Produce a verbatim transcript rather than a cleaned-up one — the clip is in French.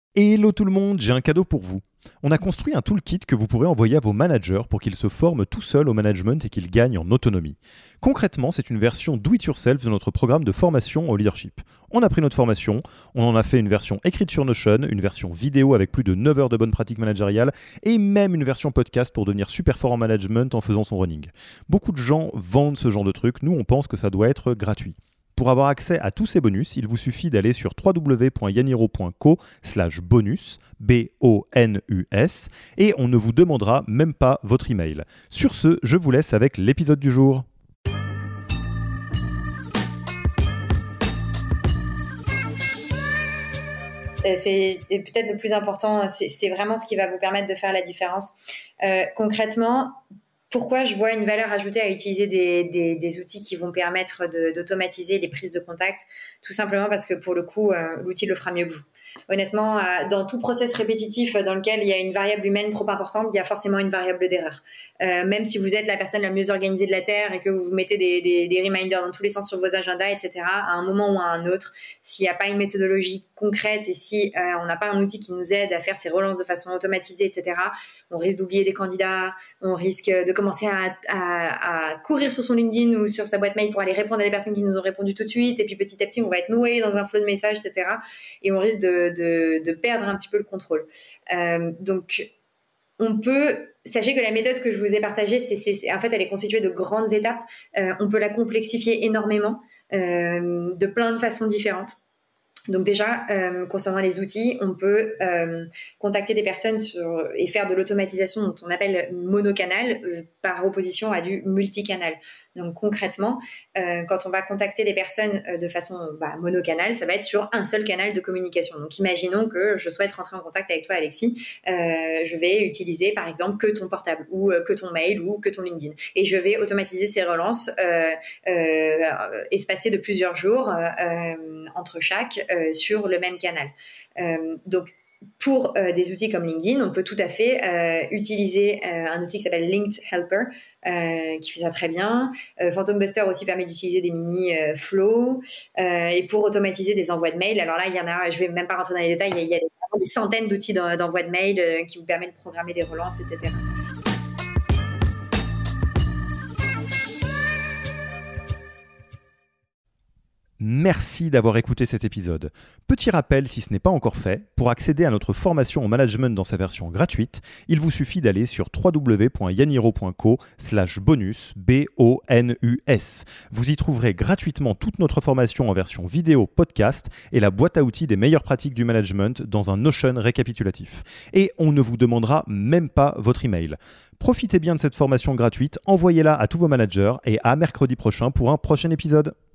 Hello tout le monde, j'ai un cadeau pour vous. On a construit un toolkit que vous pourrez envoyer à vos managers pour qu'ils se forment tout seuls au management et qu'ils gagnent en autonomie. Concrètement, c'est une version do-it-yourself de notre programme de formation au leadership. On a pris notre formation, on en a fait une version écrite sur Notion, une version vidéo avec plus de neuf heures de bonnes pratiques managériales et même une version podcast pour devenir super fort en management en faisant son running. Beaucoup de gens vendent ce genre de truc, nous on pense que ça doit être gratuit. Pour avoir accès à tous ces bonus, il vous suffit d'aller sur w w w point yaniro point co slash bonus, B O N U S, et on ne vous demandera même pas votre email. Sur ce, je vous laisse avec l'épisode du jour. C'est peut-être le plus important, c'est, c'est vraiment ce qui va vous permettre de faire la différence. Euh, concrètement, pourquoi je vois une valeur ajoutée à utiliser des, des, des outils qui vont permettre de, d'automatiser les prises de contact? Tout simplement parce que pour le coup, euh, l'outil le fera mieux que vous. Honnêtement, euh, dans tout process répétitif dans lequel il y a une variable humaine trop importante, il y a forcément une variable d'erreur. Euh, même si vous êtes la personne la mieux organisée de la Terre et que vous mettez des, des, des reminders dans tous les sens sur vos agendas, et cetera, à un moment ou à un autre, s'il n'y a pas une méthodologie concrète et si euh, on n'a pas un outil qui nous aide à faire ces relances de façon automatisée, et cetera, on risque d'oublier des candidats, on risque de commencer à, à, à courir sur son LinkedIn ou sur sa boîte mail pour aller répondre à des personnes qui nous ont répondu tout de suite, et puis petit à petit, on va être noué dans un flot de messages, et cetera, et on risque de, de, de perdre un petit peu le contrôle. Euh, donc, on peut... Sachez que la méthode que je vous ai partagée, c'est, c'est, c'est, en fait, elle est constituée de grandes étapes. Euh, on peut la complexifier énormément, euh, de plein de façons différentes. Donc déjà, euh, concernant les outils, on peut euh, contacter des personnes sur, et faire de l'automatisation dont on appelle monocanal euh, par opposition à du multicanal. Donc concrètement, euh, quand on va contacter des personnes euh, de façon bah, monocanal, ça va être sur un seul canal de communication. Donc imaginons que je souhaite rentrer en contact avec toi, Alexis. Euh, je vais utiliser par exemple que ton portable ou euh, que ton mail ou que ton LinkedIn. Et je vais automatiser ces relances euh, euh, espacées de plusieurs jours euh, entre chaque euh, sur le même canal. Euh, donc pour euh, des outils comme LinkedIn, on peut tout à fait euh, utiliser euh, un outil qui s'appelle Linked Helper, euh, qui fait ça très bien. Euh, Phantom Buster aussi permet d'utiliser des mini euh, flows. Euh, et pour automatiser des envois de mails, alors là, il y en a, je vais même pas rentrer dans les détails, il y a, il y a des, des centaines d'outils d'envoi de mails euh, qui vous permettent de programmer des relances, et cetera. Merci d'avoir écouté cet épisode. Petit rappel, si ce n'est pas encore fait, pour accéder à notre formation au management dans sa version gratuite, il vous suffit d'aller sur w w w point yaniro point co slash bonus, B O N U S. Vous y trouverez gratuitement toute notre formation en version vidéo podcast et la boîte à outils des meilleures pratiques du management dans un Notion récapitulatif. Et on ne vous demandera même pas votre email. Profitez bien de cette formation gratuite, envoyez-la à tous vos managers et à mercredi prochain pour un prochain épisode.